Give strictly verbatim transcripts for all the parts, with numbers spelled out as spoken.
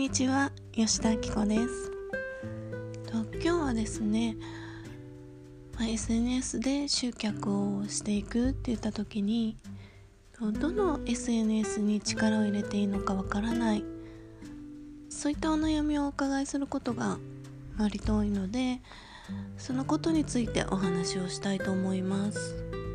にちは、吉田明子です。と今日はですね、まあ、エスエヌエス で集客をしていくって言った時に、とどの エスエヌエス に力を入れていいのかわからない、そういったお悩みをお伺いすることが割と多いので、そのことについてお話をしたいと思います。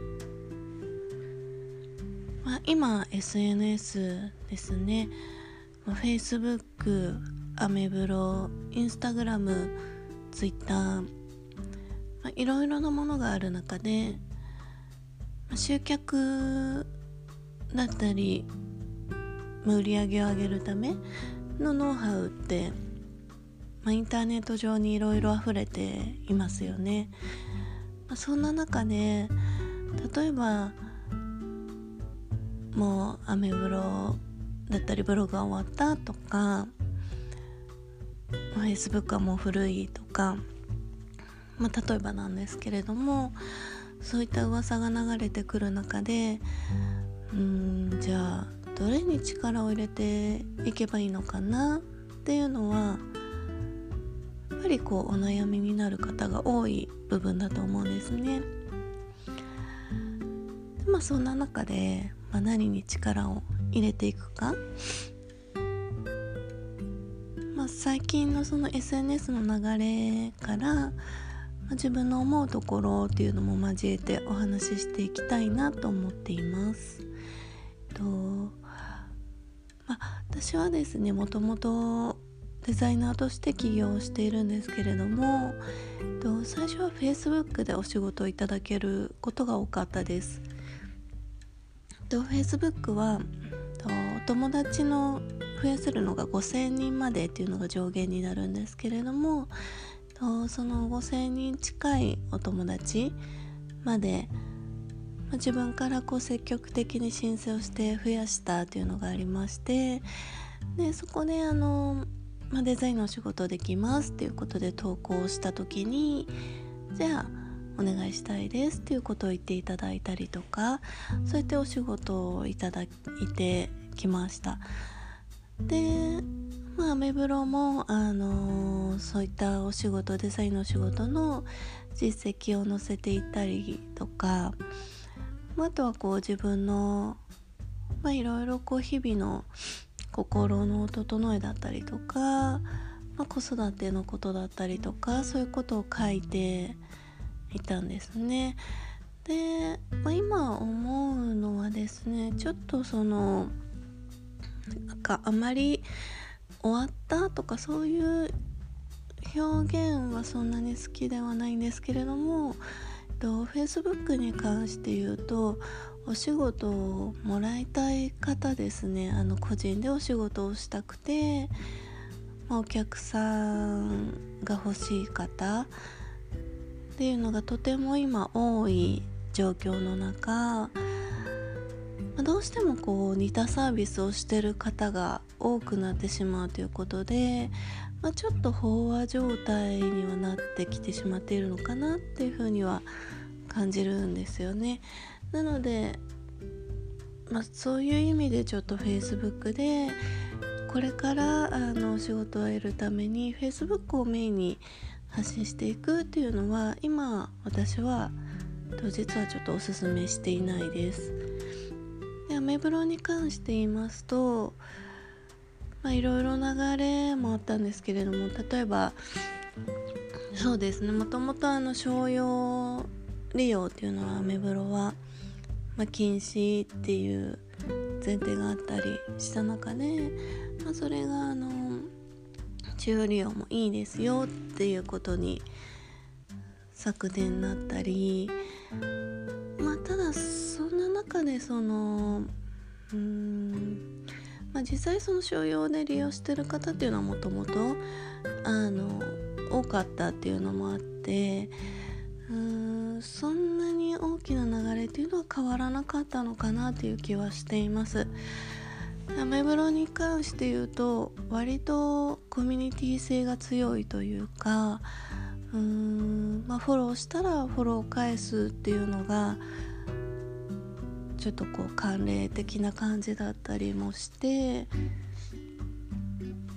まあ、今 エスエヌエス ですね、まあ、Facebook、アメブロ、インスタグラム、ツイッター、まあ、いろいろなものがある中で、まあ、集客だったり、まあ、売り上げを上げるためのノウハウって、まあ、インターネット上にいろいろ溢れていますよね。まあ、そんな中で例えばもうアメブロだったりブログが終わったとか、 Facebook はもう古いとか、まあ、例えばなんですけれども、そういった噂が流れてくる中で、うーんじゃあどれに力を入れていけばいいのかなっていうのはやっぱりこうお悩みになる方が多い部分だと思うんですね。でまあそんな中で、まあ、何に力を入れていくか、まあ、最近のその エスエヌエス の流れから、まあ、自分の思うところっていうのも交えてお話ししていきたいなと思っています。と、まあ、私はですね、もともとデザイナーとして起業しているんですけれども、と最初は Facebook でお仕事をいただけることが多かったです。と Facebook はとお友達の増やせるのがごせんにんまでっていうのが上限になるんですけれども、とそのごせんにん近いお友達まで、まあ、自分からこう積極的に申請をして増やしたっていうのがありまして、でそこであの、まあ、デザインのお仕事できますっていうことで投稿した時に、じゃあお願いしたいですっていうことを言っていただいたりとか、そうやってお仕事をいただいてきました。で、まあ、アメブロも、あのー、そういったお仕事、デザインのお仕事の実績を載せていったりとか、あとはこう自分の、まあ、いろいろこう日々の心の整えだったりとか、まあ、子育てのことだったりとか、そういうことを書いていたんですね。で、まあ、今思うのはですね、ちょっとそのなんかあまり終わったとかそういう表現はそんなに好きではないんですけれども、と Facebook に関して言うと、お仕事をもらいたい方ですね、あの個人でお仕事をしたくて、まあ、お客さんが欲しい方っていうのがとても今多い状況の中、どうしてもこう似たサービスをしている方が多くなってしまうということで、まあ、ちょっと飽和状態にはなってきてしまっているのかなっていうふうには感じるんですよね。なので、まあ、そういう意味でちょっと Facebook でこれからあの仕事を得るために Facebook をメインに発信していくっていうのは今私は実はちょっとおすすめしていないです。でアメブロに関して言いますと、まあ、いろいろ流れもあったんですけれども、例えばそうですね、もともとあの商用利用っていうのはアメブロは、まあ、禁止っていう前提があったりした中で、まあ、それがあの商用利用もいいですよっていうことに昨年なったり、まあただそんな中でそのうーん、まあ、実際その商用で利用してる方っていうのはもともとあの多かったっていうのもあって、うーんそんなに大きな流れっていうのは変わらなかったのかなという気はしています。アメブロに関して言うと割とコミュニティ性が強いというか、うーん、まあ、フォローしたらフォロー返すっていうのがちょっとこう慣例的な感じだったりもして、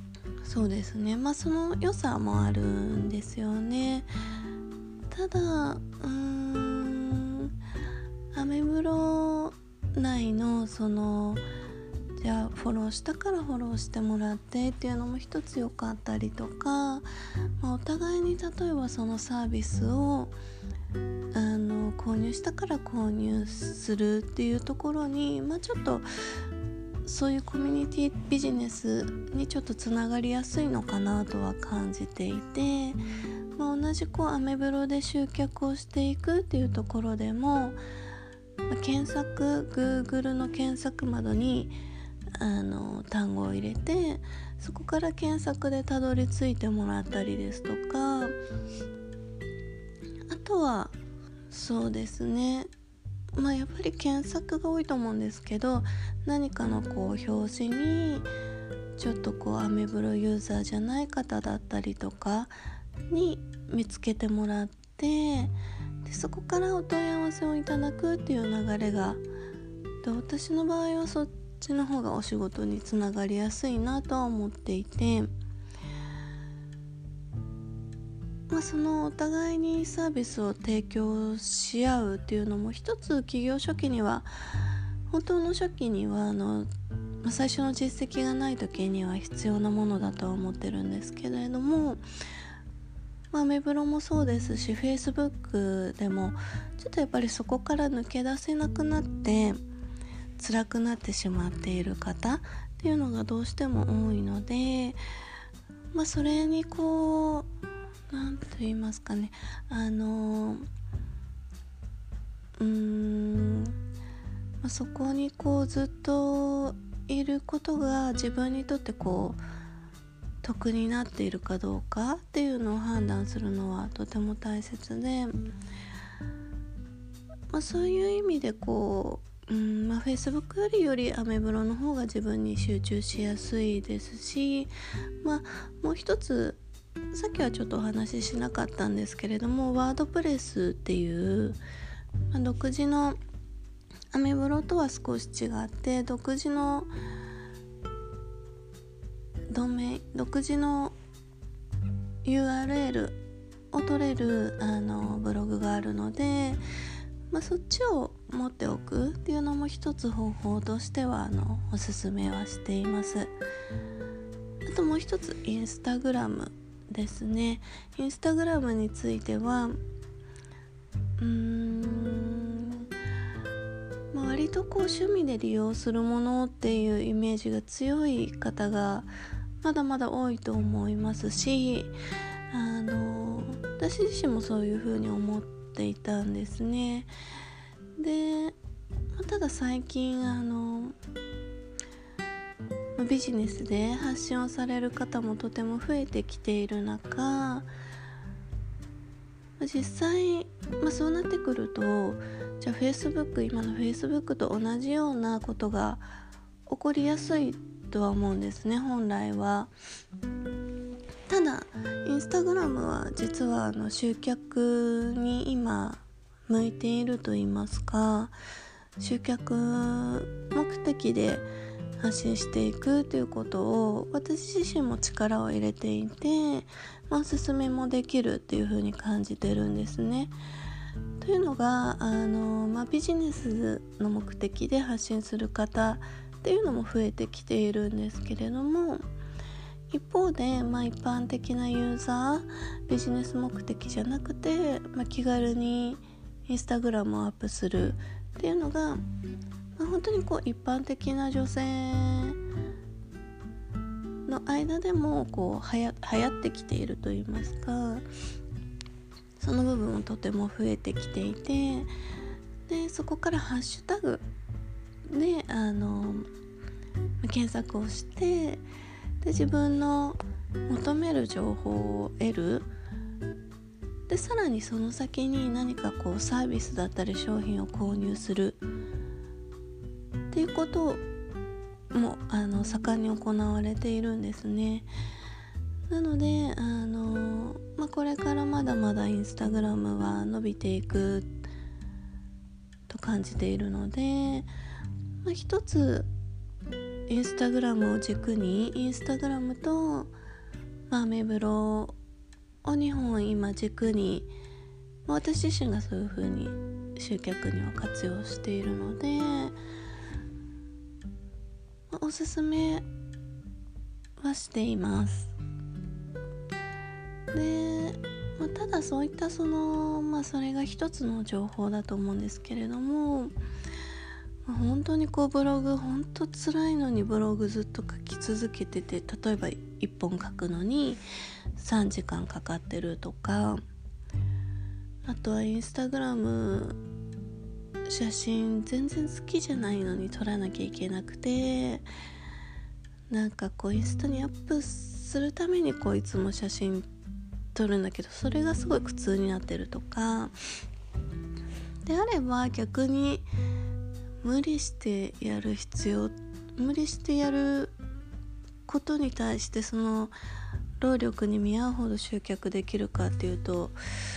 そうですね、まあその良さもあるんですよね。ただうーんアメブロ内のそのじゃあフォローしたからフォローしてもらってっていうのも一つ良かったりとか、まあ、お互いに例えばそのサービスをあの購入したから購入するっていうところに、まあ、ちょっとそういうコミュニティビジネスにちょっとつながりやすいのかなとは感じていて、まあ、同じこうアメブロで集客をしていくっていうところでも、まあ、検索 Google の検索窓にあの単語を入れてそこから検索でたどり着いてもらったりですとか、あとはそうですね、まあやっぱり検索が多いと思うんですけど、何かのこう表紙にちょっとこうアメブロユーザーじゃない方だったりとかに見つけてもらって、でそこからお問い合わせをいただくっていう流れが、で私の場合はそっちの方がお仕事につながりやすいなとは思っていて、まあ、そのお互いにサービスを提供し合うっていうのも一つ企業初期には本当の初期にはあの、まあ、最初の実績がない時には必要なものだとは思ってるんですけれども、まあ、アメブロもそうですし Facebook でもちょっとやっぱりそこから抜け出せなくなって辛くなってしまっている方っていうのがどうしても多いので、まあ、それにこうなんと言いますかね、あのうーん、まあ、そこにこうずっといることが自分にとってこう得になっているかどうかっていうのを判断するのはとても大切で、まあ、そういう意味でこううんまあ、Facebook よりよりアメブロの方が自分に集中しやすいですし、まあ、もう一つさっきはちょっとお話ししなかったんですけれども、ワードプレスっていう、まあ、独自のアメブロとは少し違って独自のドメ独自の ユーアールエル を取れるあのブログがあるので、まあ、そっちを持っておくっていうのも一つ方法としてはあのおすすめはしています。あともう一つインスタグラムですね。インスタグラムについてはうーん、まあ、割とこう趣味で利用するものっていうイメージが強い方がまだまだ多いと思いますし、あの私自身もそういうふうに思っていたんですね。でただ最近あのビジネスで発信をされる方もとても増えてきている中、実際、まあ、そうなってくるとじゃあ Facebook 今の Facebook と同じようなことが起こりやすいとは思うんですね、本来は。ただインスタグラムは実はあの集客に今向いていると言いますか、集客目的で発信していくということを私自身も力を入れていて、まあ、おすすめもできるっていう風に感じてるんですね。というのがあの、まあ、ビジネスの目的で発信する方っていうのも増えてきているんですけれども、一方で、まあ、一般的なユーザービジネス目的じゃなくて、まあ、気軽にインスタグラムをアップするっていうのが、まあ、本当にこう一般的な女性の間でもこうはや流行ってきていると言いますか、その部分もとても増えてきていて、でそこからハッシュタグであの検索をしてで自分の求める情報を得る、でさらにその先に何かこうサービスだったり商品を購入するっていうこともあの盛んに行われているんですね。なのであの、まあ、これからまだまだインスタグラムは伸びていくと感じているので、まあ、一つインスタグラムを軸にインスタグラムとまあ、アメブロをにほん今軸に、まあ、私自身がそういう風に集客には活用しているので、まあ、おすすめはしています。で、まあ、ただそういったその、まあ、それが一つの情報だと思うんですけれども、まあ、本当にこうブログ本当辛いのにブログずっと書き続けてて、例えばいっぽん書くのにさんじかんかかってるとか、あとはインスタグラム写真全然好きじゃないのに撮らなきゃいけなくて、なんかこうインスタにアップするためにこういつも写真撮るんだけど、それがすごい苦痛になってるとかであれば、逆に無理してやる必要無理してやることに対してその労力に見合うほど集客できるかっていうと、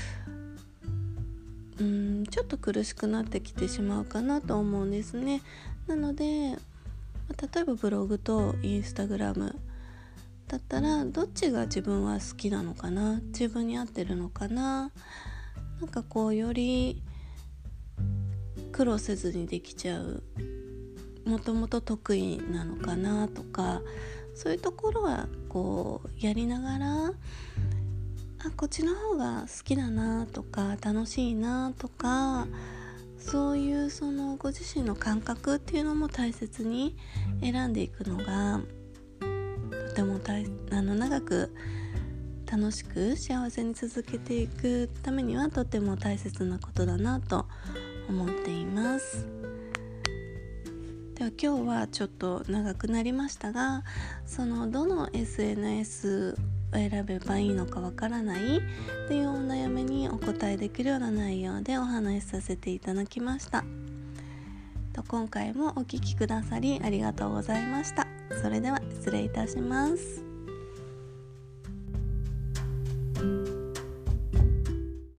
うーんちょっと苦しくなってきてしまうかなと思うんですね。なので、例えばブログとインスタグラムだったらどっちが自分は好きなのかな、自分に合ってるのかな、なんかこうより苦労せずにできちゃう、もともと得意なのかなとか、そういうところはこうやりながら、あこっちの方が好きだなとか楽しいなとか、そういうそのご自身の感覚っていうのも大切に選んでいくのが、とても大あの長く楽しく幸せに続けていくためにはとても大切なことだなと思っています。では今日はちょっと長くなりましたが、そのどの エスエヌエス を選べばいいのかわからないっていうお悩みにお答えできるような内容でお話しさせていただきました。今回もお聞きくださりありがとうございました。それでは失礼いたします。